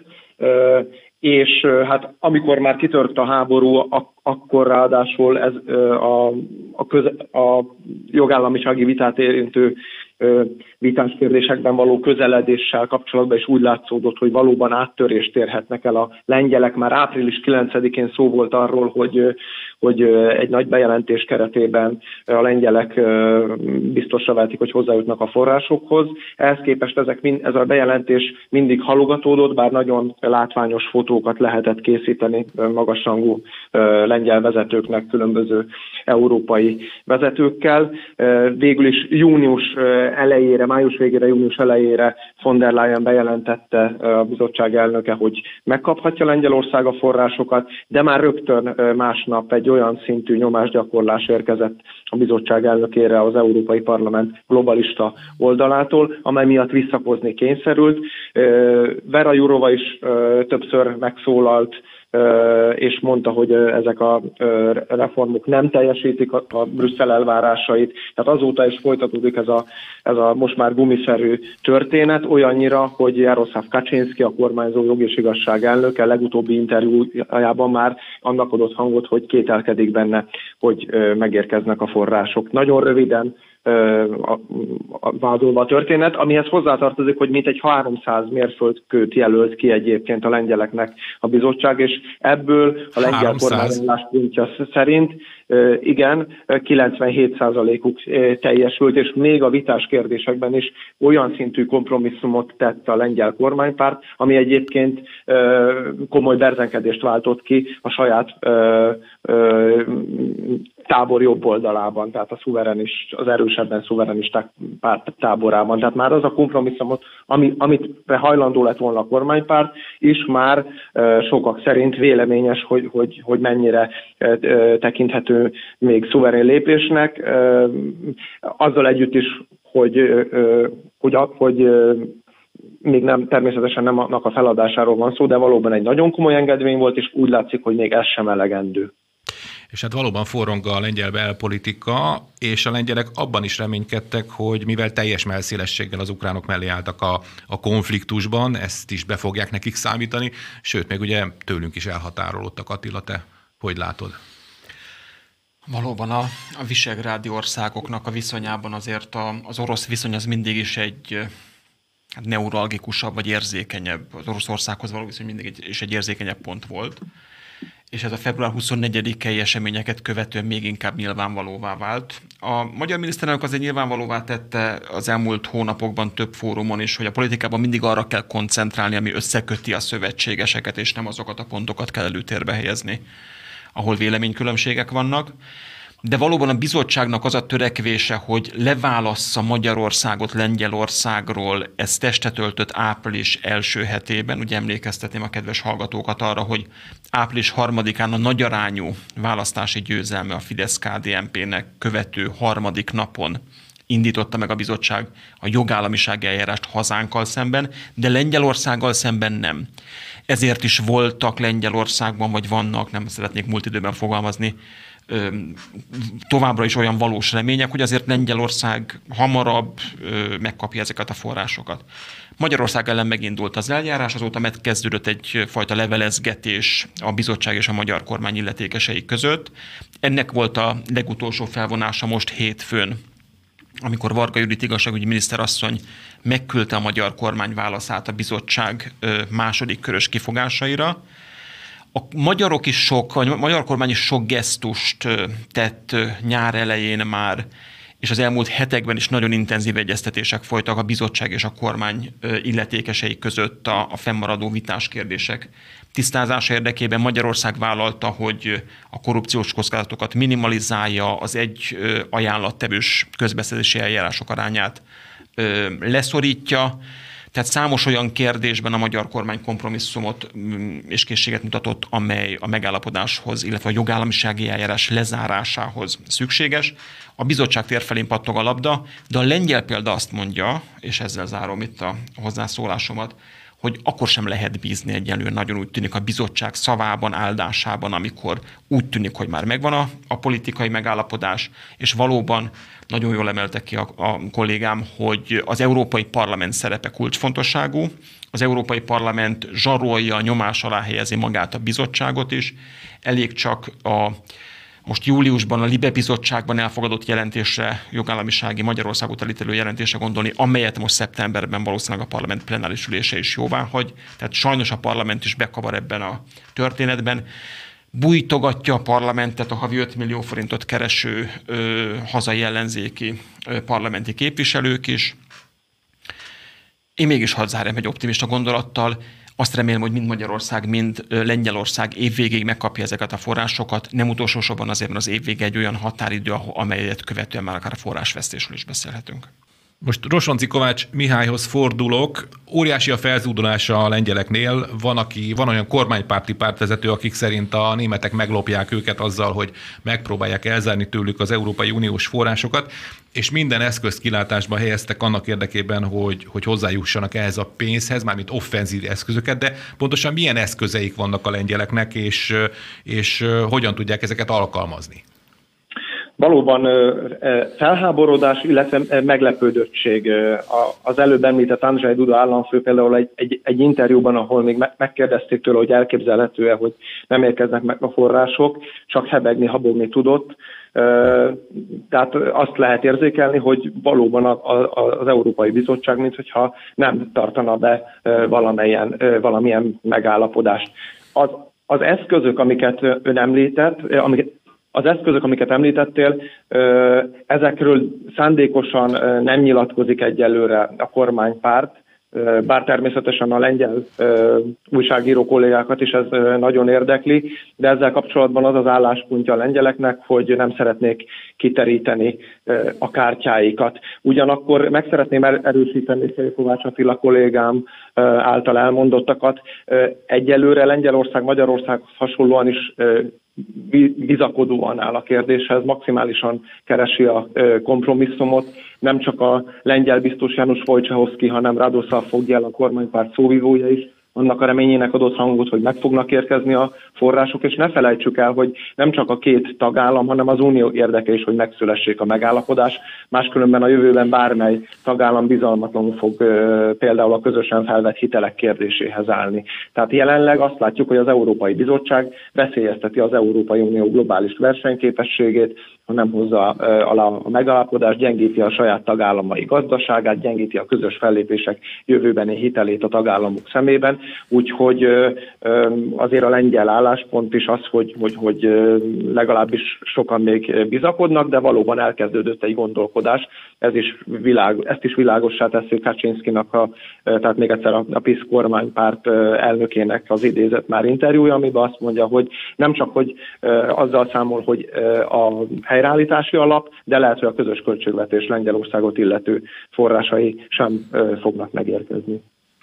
Speaker 4: és hát amikor már kitört a háború, ak- akkor ráadásul ez a, a, köze- a jogállamisági vitát érintő vitás kérdésekben való közeledéssel kapcsolatban is úgy látszódott, hogy valóban áttörést érhetnek el a lengyelek. Már április kilencedikén szó volt arról, hogy, hogy egy nagy bejelentés keretében a lengyelek biztosra vehetik, hogy hozzájutnak a forrásokhoz. Ehhez képest ezek, ez a bejelentés mindig halogatódott, bár nagyon látványos fotókat lehetett készíteni magasrangú lengyel vezetőknek, különböző európai vezetőkkel. Végül is június elejére május végére, június elejére von der Leyen bejelentette a bizottság elnöke, hogy megkaphatja Lengyelország a forrásokat, de már rögtön másnap egy olyan szintű nyomásgyakorlás érkezett a bizottság elnökére az Európai Parlament globalista oldalától, amely miatt visszakozni kényszerült. Vera Jourova is többször megszólalt, és mondta, hogy ezek a reformok nem teljesítik a, a Brüsszel elvárásait. Tehát azóta is folytatódik ez a, ez a most már gumiszerű történet, olyannyira, hogy Jaroszláv Kaczynszki, a kormányzó jog és igazság elnöke legutóbbi interjújában már annak adott hangot, hogy kételkedik benne, hogy megérkeznek a források. Nagyon röviden vádolva a történet, amihez hozzátartozik, hogy mintegy háromszáz mérföldkőt jelölt ki egyébként a lengyeleknek a bizottság, és ebből a lengyel kormányzáspontja szerint igen, kilencvenhét százalékuk teljesült, és még a vitás kérdésekben is olyan szintű kompromisszumot tett a lengyel kormánypárt, ami egyébként komoly berzenkedést váltott ki a saját tábor jobb oldalában, tehát a szuverenis, az erősebben szuverenisták párt táborában. Tehát már az a kompromisszumot, ami, amit hajlandó lett volna a kormánypárt, is már e, sokak szerint véleményes, hogy, hogy, hogy mennyire e, tekinthető még szuverén lépésnek. E, azzal együtt is, hogy, e, hogy, hogy e, még nem, természetesen nem annak a feladásáról van szó, de valóban egy nagyon komoly engedmény volt, és úgy látszik, hogy még ez sem elegendő.
Speaker 1: És hát valóban forrong a lengyel belpolitika, és a lengyelek abban is reménykedtek, hogy mivel teljes mellszélességgel az ukránok mellé álltak a, a konfliktusban, ezt is be fogják nekik számítani, sőt, még ugye tőlünk is elhatárolódtak. Attila, te hogy látod?
Speaker 2: Valóban a, a visegrádi országoknak a viszonyában azért a, az orosz viszony az mindig is egy hát neuralgikusabb vagy érzékenyebb, az Oroszországhoz való viszony mindig egy, és egy érzékenyebb pont volt. És ez a február huszonnegyedikei eseményeket követően még inkább nyilvánvalóvá vált. A magyar miniszterelnök azért nyilvánvalóvá tette az elmúlt hónapokban több fórumon is, hogy a politikában mindig arra kell koncentrálni, ami összeköti a szövetségeseket, és nem azokat a pontokat kell előtérbe helyezni, ahol véleménykülönbségek vannak. De valóban a bizottságnak az a törekvése, hogy leválassza Magyarországot Lengyelországról, ez testet öltött április első hetében. Ugye emlékeztetném a kedves hallgatókat arra, hogy április harmadikán a nagyarányú választási győzelme a Fidesz-ká dé en pé-nek követő harmadik napon indította meg a bizottság a jogállamisági eljárást hazánkkal szemben, de Lengyelországgal szemben nem. Ezért is voltak Lengyelországban, vagy vannak, nem szeretnék múlt időben fogalmazni, továbbra is olyan valós remények, hogy azért Lengyelország hamarabb megkapja ezeket a forrásokat. Magyarország ellen megindult az eljárás, azóta megkezdődött egyfajta levelezgetés a bizottság és a magyar kormány illetékesei között. Ennek volt a legutolsó felvonása most hétfőn, amikor Varga Judit igazságügyi miniszterasszony megküldte a magyar kormány válaszát a bizottság második körös kifogásaira. A magyarok is sok, a magyar kormány is sok gesztust tett nyár elején már, és az elmúlt hetekben is nagyon intenzív egyeztetések folytak a bizottság és a kormány illetékesei között a, a fennmaradó vitás kérdések tisztázása érdekében. Magyarország vállalta, hogy a korrupciós kockázatokat minimalizálja, az egy ajánlattevős közbeszerzési eljárások arányát leszorítja. Tehát számos olyan kérdésben a magyar kormány kompromisszumot és készséget mutatott, amely a megállapodáshoz, illetve a jogállamisági eljárás lezárásához szükséges. A bizottság tér felén pattog a labda, de a lengyel példa azt mondja, és ezzel zárom itt a hozzászólásomat, hogy akkor sem lehet bízni egyenlően, nagyon úgy tűnik a bizottság szavában, áldásában, amikor úgy tűnik, hogy már megvan a, a politikai megállapodás, és valóban nagyon jól emelte ki a, a kollégám, hogy az Európai Parlament szerepe kulcsfontosságú, az Európai Parlament zsarolja, nyomás alá helyezi magát a bizottságot is, elég csak a most júliusban a Libe bizottságban elfogadott jelentésre, jogállamisági Magyarországot elítélő jelentésre gondolni, amelyet most szeptemberben valószínűleg a parlament plenáris ülése is jóváhagy. Tehát sajnos a parlament is bekavar ebben a történetben. Bújtogatja a parlamentet a havi öt millió forintot kereső ö, hazai ellenzéki ö, parlamenti képviselők is. Én mégis hadd zárjam egy optimista gondolattal. Azt remélem, hogy mind Magyarország, mind Lengyelország évvégéig megkapja ezeket a forrásokat. Nem utolsó sorban azért, mert az évvége egy olyan határidő, amelyet követően már akár a forrásvesztésről is beszélhetünk.
Speaker 1: Most Rosonci Kovács Mihályhoz fordulok. Óriási a felzúdulása a lengyeleknél. Van, aki, van olyan kormánypárti pártvezető, akik szerint a németek meglopják őket azzal, hogy megpróbálják elzárni tőlük az Európai Uniós forrásokat, és minden eszközt kilátásba helyeztek annak érdekében, hogy, hogy hozzájussanak ehhez a pénzhez, mármint offenzív eszközöket, de pontosan milyen eszközeik vannak a lengyeleknek, és, és hogyan tudják ezeket alkalmazni?
Speaker 4: Valóban felháborodás, illetve meglepődöttség. Az előbb említett Andrzej Duda államfő például egy, egy, egy interjúban, ahol még megkérdezték tőle, hogy elképzelhető-e, hogy nem érkeznek meg a források, csak hebegni, habogni tudott. Tehát azt lehet érzékelni, hogy valóban az Európai Bizottság, mintha nem tartana be valamilyen, valamilyen megállapodást. Az, az eszközök, amiket ön említett, amiket Az eszközök, amiket említettél, ezekről szándékosan nem nyilatkozik egyelőre a kormánypárt, bár természetesen a lengyel újságíró kollégákat is ez nagyon érdekli, de ezzel kapcsolatban az az álláspontja a lengyeleknek, hogy nem szeretnék kiteríteni a kártyáikat. Ugyanakkor meg szeretném erősíteni Kovács Attila kollégám által elmondottakat. Egyelőre Lengyelország Magyarországhoz hasonlóan is bizakodóan áll a kérdéshez, maximálisan keresi a kompromisszumot, nem csak a lengyel biztos János Wojciechowski, hanem Radosław Fogiel, a kormánypárt szóvivója is annak a reményének adott hangot, hogy meg fognak érkezni a források, és ne felejtsük el, hogy nem csak a két tagállam, hanem az unió érdeke is, hogy megszülessék a megállapodás, máskülönben a jövőben bármely tagállam bizalmatlanul fog például a közösen felvett hitelek kérdéséhez állni. Tehát jelenleg azt látjuk, hogy az Európai Bizottság veszélyezteti az Európai Unió globális versenyképességét, ha nem hozza alá a megállapodást, gyengíti a saját tagállamai gazdaságát, gyengíti a közös fellépések jövőbeni hitelét a tagállamok szemében. Úgyhogy azért a lengyel álláspont is az, hogy, hogy, hogy legalábbis sokan még bizakodnak, de valóban elkezdődött egy gondolkodás. Ez is világ, ezt is világossá teszi Kaczynszkinak, a, tehát még egyszer a, a PiS kormánypárt elnökének az idézett már interjúja, amiben azt mondja, hogy nem csak, hogy azzal számol, hogy a helyreállítási alap, de lehet, hogy a közös költségvetés Lengyelországot illető forrásai sem fognak megérkezni.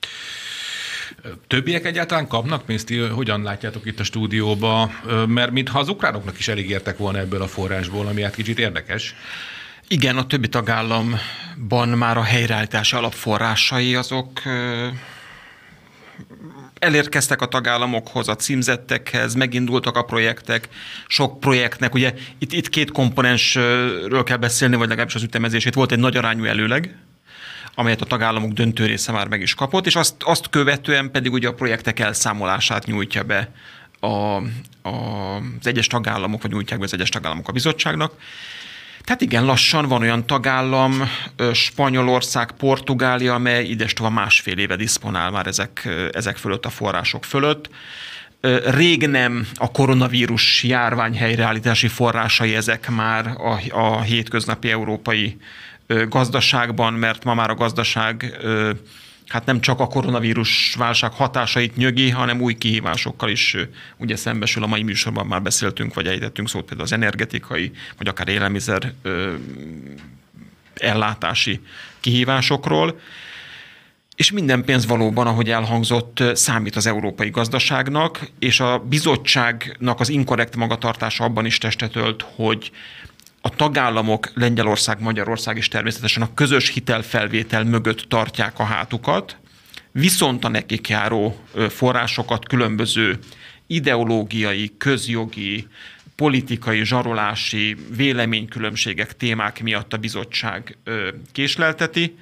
Speaker 1: Többiek egyáltalán kapnak pénzt? Hogyan látjátok itt a stúdióba? Mert mintha az ukránoknak is elég értek volna ebből a forrásból, ami hát kicsit érdekes.
Speaker 2: Igen, a többi tagállamban már a helyreállítási alapforrásai azok elérkeztek a tagállamokhoz, a címzettekhez, megindultak a projektek, sok projektnek, ugye itt, itt két komponensről kell beszélni, vagy legalábbis az ütemezését. Volt egy nagy arányú előleg, amelyet a tagállamok döntő része már meg is kapott, és azt, azt követően pedig ugye a projektek elszámolását nyújtja be a, a, az egyes tagállamok, vagy nyújtják be az egyes tagállamok a bizottságnak. Tehát igen, lassan van olyan tagállam, Spanyolország, Portugália, amely idestova másfél éve diszponál már ezek, ezek fölött, a források fölött. Rég nem a koronavírus járvány helyreállítási forrásai ezek már a, a hétköznapi európai gazdaságban, mert ma már a gazdaság hát nem csak a koronavírus válság hatásait nyögi, hanem új kihívásokkal is ugye szembesül. A mai műsorban már beszéltünk, vagy ejtettünk szót például az energetikai, vagy akár élelmiszer ellátási kihívásokról. És minden pénz valóban, ahogy elhangzott, számít az európai gazdaságnak, és a bizottságnak az inkorrekt magatartása abban is testet ölt, hogy a tagállamok, Lengyelország, Magyarország is természetesen a közös hitelfelvétel mögött tartják a hátukat, viszont a nekik járó forrásokat különböző ideológiai, közjogi, politikai, zsarolási véleménykülönbségek, témák miatt a bizottság késlelteti.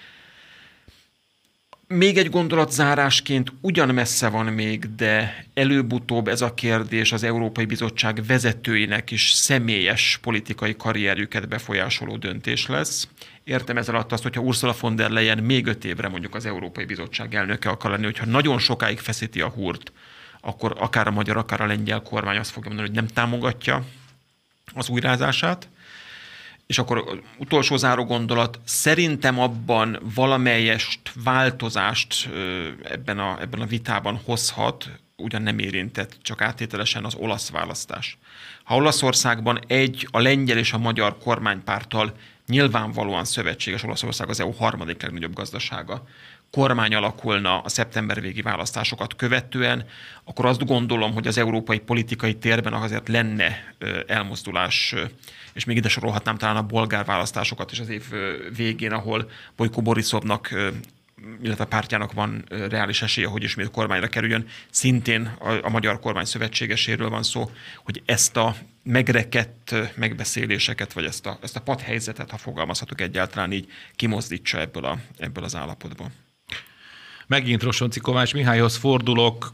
Speaker 2: Még egy gondolat zárásként, ugyan messze van még, de előbb-utóbb ez a kérdés az Európai Bizottság vezetőinek is személyes politikai karrierjüket befolyásoló döntés lesz. Értem ezzel alatt azt, hogyha Ursula von der Leyen még öt évre mondjuk az Európai Bizottság elnöke akar lenni, hogyha nagyon sokáig feszíti a húrt, akkor akár a magyar, akár a lengyel kormány azt fogja mondani, hogy nem támogatja az újrázását. És akkor utolsó záró gondolat, szerintem abban valamelyest változást ebben a, ebben a vitában hozhat, ugyan nem érintett, csak áttételesen az olasz választás. Ha Olaszországban egy, a lengyel és a magyar kormánypárttal nyilvánvalóan szövetséges Olaszország az é u harmadik legnagyobb gazdasága, kormány alakulna a szeptember végi választásokat követően, akkor azt gondolom, hogy az európai politikai térben azért lenne elmozdulás, és még ide sorolhatnám talán a bolgár választásokat is az év végén, ahol Bojko Borisovnak, illetve a pártjának van reális esélye, hogy ismét kormányra kerüljön. Szintén a, a magyar kormány szövetségeséről van szó, hogy ezt a megrekedt megbeszéléseket, vagy ezt a, ezt a padhelyzetet, ha fogalmazhatok egyáltalán így, kimozdítsa ebből, a, ebből az állapotból.
Speaker 1: Megint Rosonci Kovács Mihályhoz fordulok.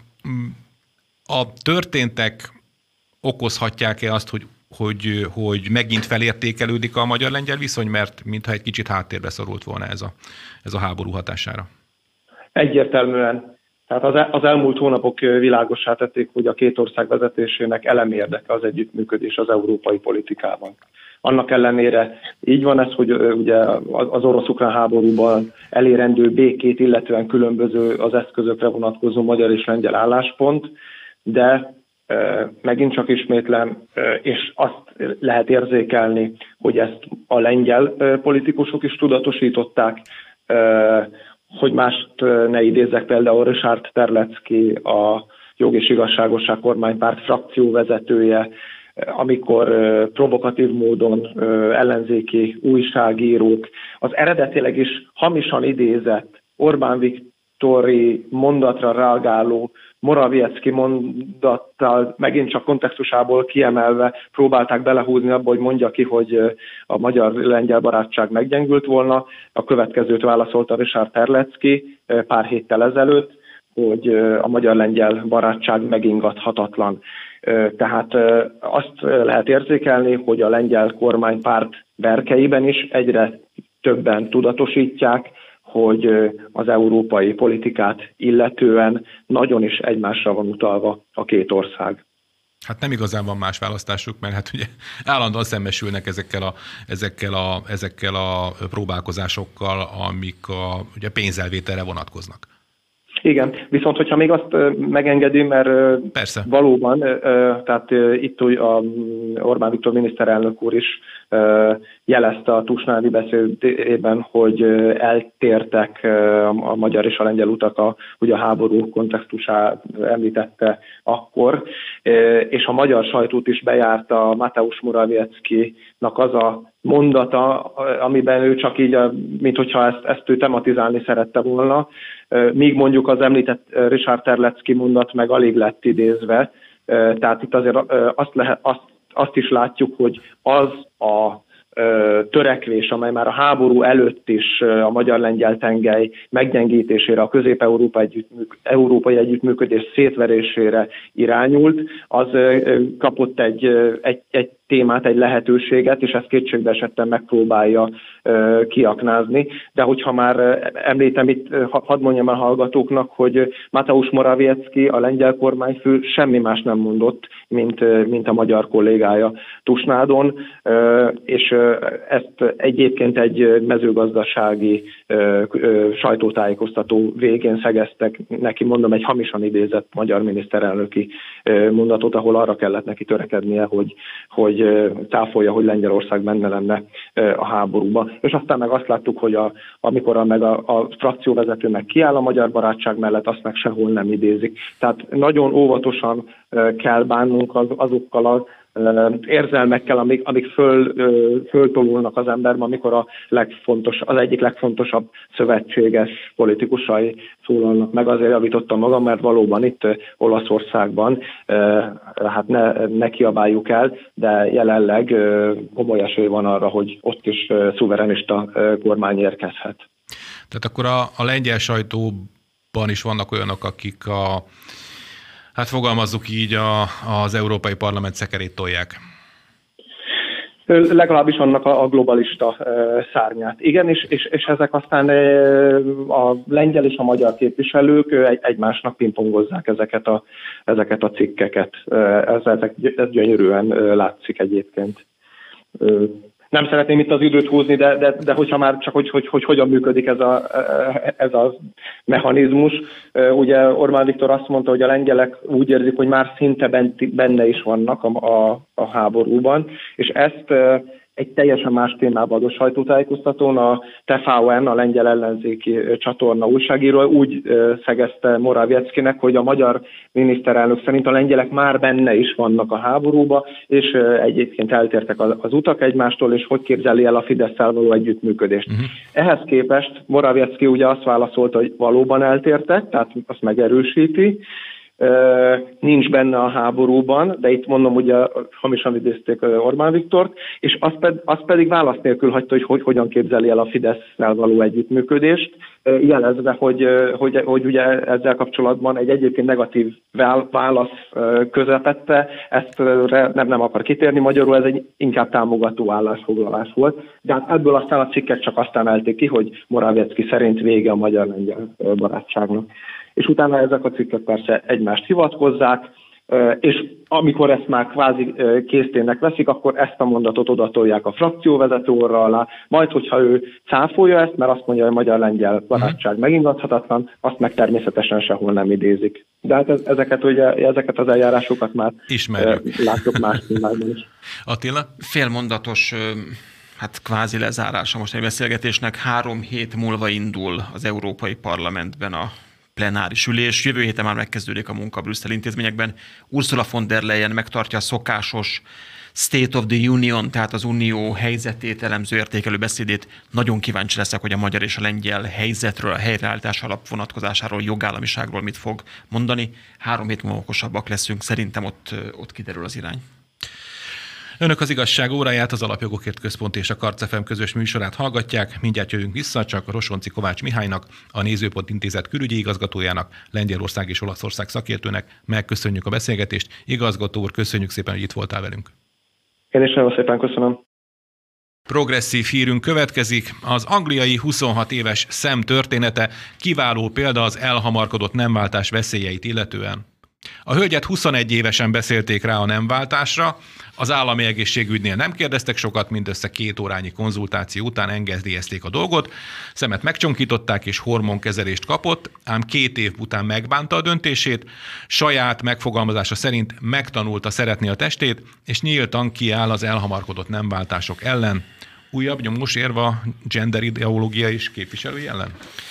Speaker 1: A történtek okozhatják-e azt, hogy, hogy, hogy megint felértékelődik a magyar-lengyel viszony, mert mintha egy kicsit háttérbe szorult volna ez a, ez a háború hatására?
Speaker 4: Egyértelműen. Tehát az, az elmúlt hónapok világossá tették, hogy a két ország vezetésének elemi érdeke az együttműködés az európai politikában. Annak ellenére így van ez, hogy ugye az orosz-ukrán háborúban elérendő békét, illetően különböző az eszközökre vonatkozó magyar és lengyel álláspont, de e, megint csak ismétlem, e, és azt lehet érzékelni, hogy ezt a lengyel e, politikusok is tudatosították, e, hogy mást ne idézzek, például Richard Terlecki, a Jog és Igazságosság kormánypárt frakcióvezetője, amikor uh, provokatív módon uh, ellenzéki újságírók az eredetileg is hamisan idézett Orbán Viktori mondatra reagáló Morawiecki mondattal megint csak kontextusából kiemelve próbálták belehúzni abba, hogy mondja ki, hogy uh, a magyar-lengyel barátság meggyengült volna. A következőt válaszolta Richard Terlecki uh, pár héttel ezelőtt, hogy uh, a magyar-lengyel barátság megingathatatlan. Tehát azt lehet érzékelni, hogy a lengyel kormánypárt berkeiben is egyre többen tudatosítják, hogy az európai politikát illetően nagyon is egymásra van utalva a két ország.
Speaker 1: Hát nem igazán van más választásuk, mert hát ugye állandóan szembesülnek ezekkel a, ezekkel a, ezekkel a próbálkozásokkal, amik a ugye pénzelvételre vonatkoznak.
Speaker 4: Igen, viszont hogyha még azt megengedi, mert
Speaker 1: Persze.
Speaker 4: Valóban, tehát itt a Orbán Viktor miniszterelnök úr is jelezte a tusnádi beszédében, hogy eltértek a magyar és a lengyel utak, a, ugye a háború kontextusát említette akkor, és a magyar sajtót is bejárta Mateusz Morawieckinak az a mondata, amiben ő csak így, mint hogyha ezt, ezt ő tematizálni szerette volna, míg mondjuk az említett Richard Terlecki mondat meg alig lett idézve, tehát itt azért azt, lehet, azt, azt is látjuk, hogy az a törekvés, amely már a háború előtt is a magyar-lengyel tengely meggyengítésére, a közép-európai együttműk, európai együttműködés szétverésére irányult, az kapott egy, egy, egy témát, egy lehetőséget, és ezt kétségbe esetten megpróbálja uh, kiaknázni. De hogyha már említem itt, hadd mondjam el hallgatóknak, hogy Mateusz Morawiecki, a lengyel kormányfő semmi más nem mondott, mint, mint a magyar kollégája Tusnádon, uh, és uh, ezt egyébként egy mezőgazdasági uh, uh, sajtótájékoztató végén szegeztek neki, mondom, egy hamisan idézett magyar miniszterelnöki uh, mondatot, ahol arra kellett neki törekednie, hogy, hogy hogy cáfolja, hogy Lengyelország benne lenne a háborúba. És aztán meg azt láttuk, hogy a, amikor a, meg a, a frakcióvezető meg kiáll a magyar barátság mellett, azt meg sehol nem idézik. Tehát nagyon óvatosan kell bánnunk az, azokkal az érzelmekkel, amik, amik föl, föltolulnak az emberben, amikor a legfontos, az egyik legfontosabb szövetséges politikusai szólalnak meg. Azért javítottam magam, mert valóban itt Olaszországban hát ne, ne kiabáljuk el, de jelenleg komoly esély van arra, hogy ott is szuverenista kormány érkezhet.
Speaker 1: Tehát akkor a, a lengyel sajtóban is vannak olyanok, akik a hát fogalmazzuk így, a, az Európai Parlament szekerét tolják.
Speaker 4: Legalábbis annak a, a globalista e, szárnyát. Igen, és, és, és ezek aztán e, a lengyel és a magyar képviselők egy, egymásnak pingpongozzák ezeket a, ezeket a cikkeket. Ez, ezek, ez gyönyörűen látszik egyébként. Nem szeretném itt az időt húzni, de, de, de hogyha már csak, hogy, hogy, hogy hogyan működik ez a, ez a mechanizmus. Ugye Orbán Viktor azt mondta, hogy a lengyelek úgy érzik, hogy már szinte benne is vannak a, a, a háborúban, és ezt egy teljesen más témában adott sajtótájékoztatón a té vé en, a lengyel ellenzéki csatorna újságírója úgy szegezte Morawieckinek, hogy a magyar miniszterelnök szerint a lengyelek már benne is vannak a háborúba, és egyébként eltértek az utak egymástól, és hogy képzeli el a Fidesz-szel való együttműködést. Uh-huh. Ehhez képest Morawiecki ugye azt válaszolta, hogy valóban eltértek, tehát azt megerősíti, nincs benne a háborúban, de itt mondom, ugye hamisan idézték Orbán Viktort, és azt, ped, azt pedig válasz nélkül hagyta, hogy, hogy hogyan képzeli el a Fidesz-szel való együttmüködést, jelezve, hogy, hogy, hogy ugye ezzel kapcsolatban egy egyébként negatív válasz közepette, ezt nem, nem akar kitérni, magyarul ez egy inkább támogató állásfoglalás volt, de hát ebből aztán a cikkek csak azt emelték ki, hogy Morawiecki szerint vége a magyar-lengyel barátságnak. És utána ezek a cikkek persze egymást hivatkozzák, és amikor ezt már kvázi készténnek veszik, akkor ezt a mondatot odatolják a frakcióvezető orra alá, majd hogyha ő cáfolja ezt, mert azt mondja, hogy a magyar-lengyel barátság megingathatatlan, azt meg természetesen sehol nem idézik. De hát ezeket, ugye, ezeket az eljárásokat már ismerjük. Látjuk más témákban is.
Speaker 1: Attila?
Speaker 2: Félmondatos, hát kvázi lezárása most egy beszélgetésnek. Három hét múlva indul az Európai Parlamentben a plenáris ülés. Jövő héten már megkezdődik a munka Brüsszel intézményekben. Ursula von der Leyen megtartja a szokásos State of the Union, tehát az unió helyzetét elemző értékelő beszédét. Nagyon kíváncsi leszek, hogy a magyar és a lengyel helyzetről, a helyreállítás alap vonatkozásáról, jogállamiságról mit fog mondani. Három hét múlva okosabbak leszünk, szerintem ott, ott kiderül az irány.
Speaker 1: Önök az igazság óráját, az Alapjogokért Központ és a Karc ef em közös műsorát hallgatják. Mindjárt jövünk vissza, csak Rosonci Kovács Mihálynak, a Nézőpont Intézet külügyi igazgatójának, Lengyelország és Olaszország szakértőnek megköszönjük a beszélgetést. Igazgató úr, köszönjük szépen, hogy itt voltál velünk.
Speaker 4: Én is nagyon szépen köszönöm.
Speaker 1: Progresszív hírünk következik. Az angliai huszonhat éves Sam története kiváló példa az elhamarkodott nemváltás veszélyeit illetően. A hölgyet huszonegy évesen beszélték rá a nemváltásra, az állami egészségügynél nem kérdeztek sokat, mindössze két órányi konzultáció után engedélyezték a dolgot, Samet megcsonkították és hormonkezelést kapott, ám két év után megbánta a döntését, saját megfogalmazása szerint megtanulta szeretni a testét, és nyíltan kiáll az elhamarkodott nemváltások ellen. Újabb nyomós érve a gender ideológia is képviselői ellen?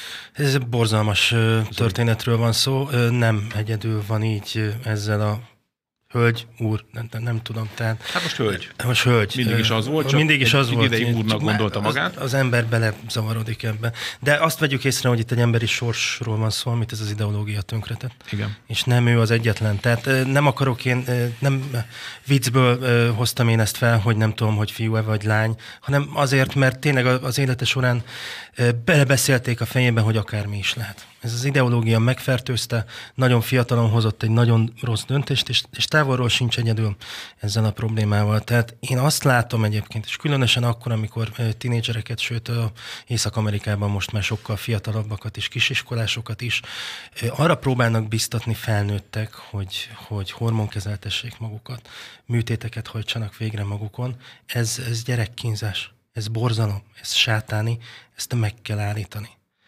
Speaker 3: Ez borzalmas történetről van szó, nem egyedül van így ezzel a hölgy, úr, nem, nem, nem tudom, tehát...
Speaker 1: Hát most hölgy.
Speaker 3: Most hölgy.
Speaker 1: Mindig is az volt, csak
Speaker 3: mindig is az volt,
Speaker 1: idei úrnak gondolta magát.
Speaker 3: Az, az ember belezavarodik ebbe. De azt vegyük észre, hogy itt egy emberi sorsról van szó, amit ez az ideológia tönkretett.
Speaker 1: Igen.
Speaker 3: És nem ő az egyetlen. Tehát nem akarok én, nem viccből hoztam én ezt fel, hogy nem tudom, hogy fiú-e vagy lány, hanem azért, mert tényleg az élete során belebeszélték a fejébe, hogy akármi is lehet. Ez az ideológia megfertőzte, nagyon fiatalon hozott egy nagyon rossz döntést, és, és távolról sincs egyedül ezzel a problémával. Tehát én azt látom egyébként, és különösen akkor, amikor tinédzsereket, sőt Észak-Amerikában most már sokkal fiatalabbakat és kisiskolásokat is, arra próbálnak biztatni felnőttek, hogy, hogy hormonkezeltessék magukat, műtéteket hajtsanak végre magukon. Ez, ez gyerekkínzás, ez borzalom, ez sátáni, ezt meg kell állítani.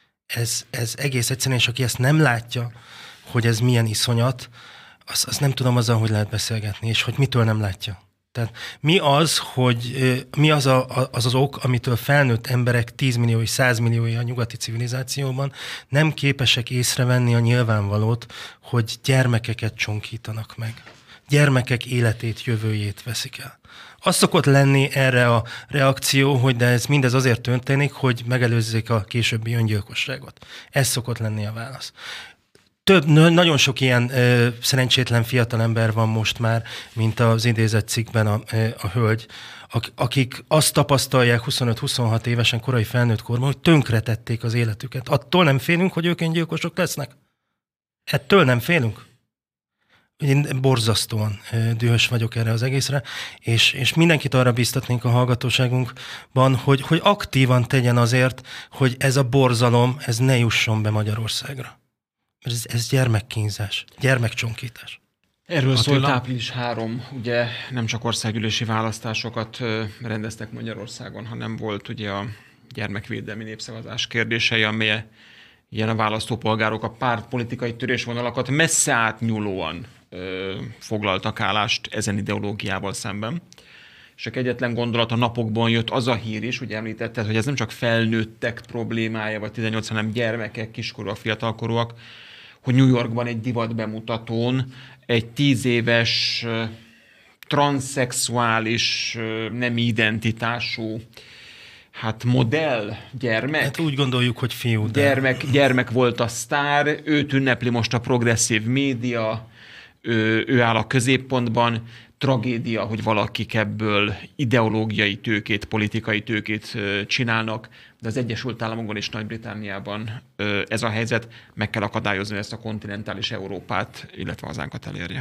Speaker 3: Ez, ez egész egyszerűen, és aki ezt nem látja, hogy ez milyen iszonyat, azt az nem tudom azzal, hogy lehet beszélgetni, és hogy mitől nem látja. Tehát mi az, hogy mi az a, az, az ok, amitől felnőtt emberek tízmilliói, százmilliói a nyugati civilizációban nem képesek észrevenni a nyilvánvalót, hogy gyermekeket csonkítanak meg. Gyermekek életét, jövőjét veszik el. Az szokott lenni erre a reakció, hogy de ez mindez azért történik, hogy megelőzzék a későbbi öngyilkosságot. Ez szokott lenni a válasz. Több, nagyon sok ilyen ö, szerencsétlen fiatalember van most már, mint az idézett cikkben a, a hölgy, akik azt tapasztalják huszonöt-huszonhat évesen, korai felnőtt korban, hogy tönkretették az életüket. Attól nem félünk, hogy ők öngyilkosok lesznek? Ettől nem félünk? Én borzasztóan dühös vagyok erre az egészre, és, és mindenkit arra biztatnénk a hallgatóságunkban, hogy, hogy aktívan tegyen azért, hogy ez a borzalom, ez ne jusson be Magyarországra. Ez, ez gyermekkínzás, gyermekcsonkítás.
Speaker 2: Erről Attila? Szólt április harmadika, ugye nem csak országgyűlési választásokat rendeztek Magyarországon, hanem volt ugye a gyermekvédelmi népszavazás kérdései, amely ilyen a választópolgárok a pártpolitikai törésvonalakat messze átnyúlóan ö, foglaltak állást ezen ideológiával szemben. csak egyetlen gondolat a napokban jött az a hír is, ugye említetted, hogy ez nem csak felnőttek problémája, vagy tizennyolc, hanem gyermekek, kiskorúak, fiatalkorúak, hogy New Yorkban egy divat bemutatón egy tíz éves transzexuális, nem identitású, hát modell gyermek.
Speaker 3: Hát úgy gondoljuk, hogy fiú. De...
Speaker 2: Gyermek, gyermek volt a sztár, őt ünnepli most a progresszív média, ő, ő áll a középpontban. Tragédia, hogy valakik ebből ideológiai tőkét, politikai tőkét csinálnak, de az Egyesült Államokban és Nagy-Britanniában ez a helyzet, meg kell akadályozni ezt a kontinentális Európát, illetve hazánkat elérje.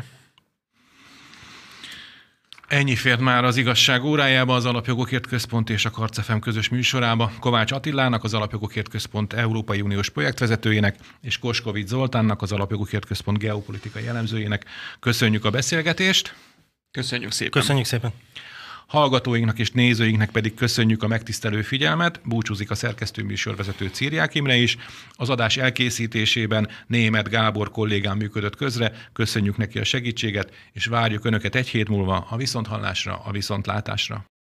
Speaker 1: Ennyi fért már az igazság órájába, az Alapjogokért Központ és a Karc ef em közös műsorába. Kovács Attilának, az Alapjogokért Központ Európai Uniós projektvezetőjének, és Koskovics Zoltánnak, az Alapjogokért Központ geopolitikai elemzőjének köszönjük a beszélgetést.
Speaker 2: Köszönjük szépen.
Speaker 3: Köszönjük szépen.
Speaker 1: Hallgatóinknak és nézőinknek pedig köszönjük a megtisztelő figyelmet, búcsúzik a szerkesztő műsorvezető Círiák Imre is. Az adás elkészítésében Németh Gábor kollégám működött közre, köszönjük neki a segítséget, és várjuk Önöket egy hét múlva a viszonthallásra, a viszontlátásra.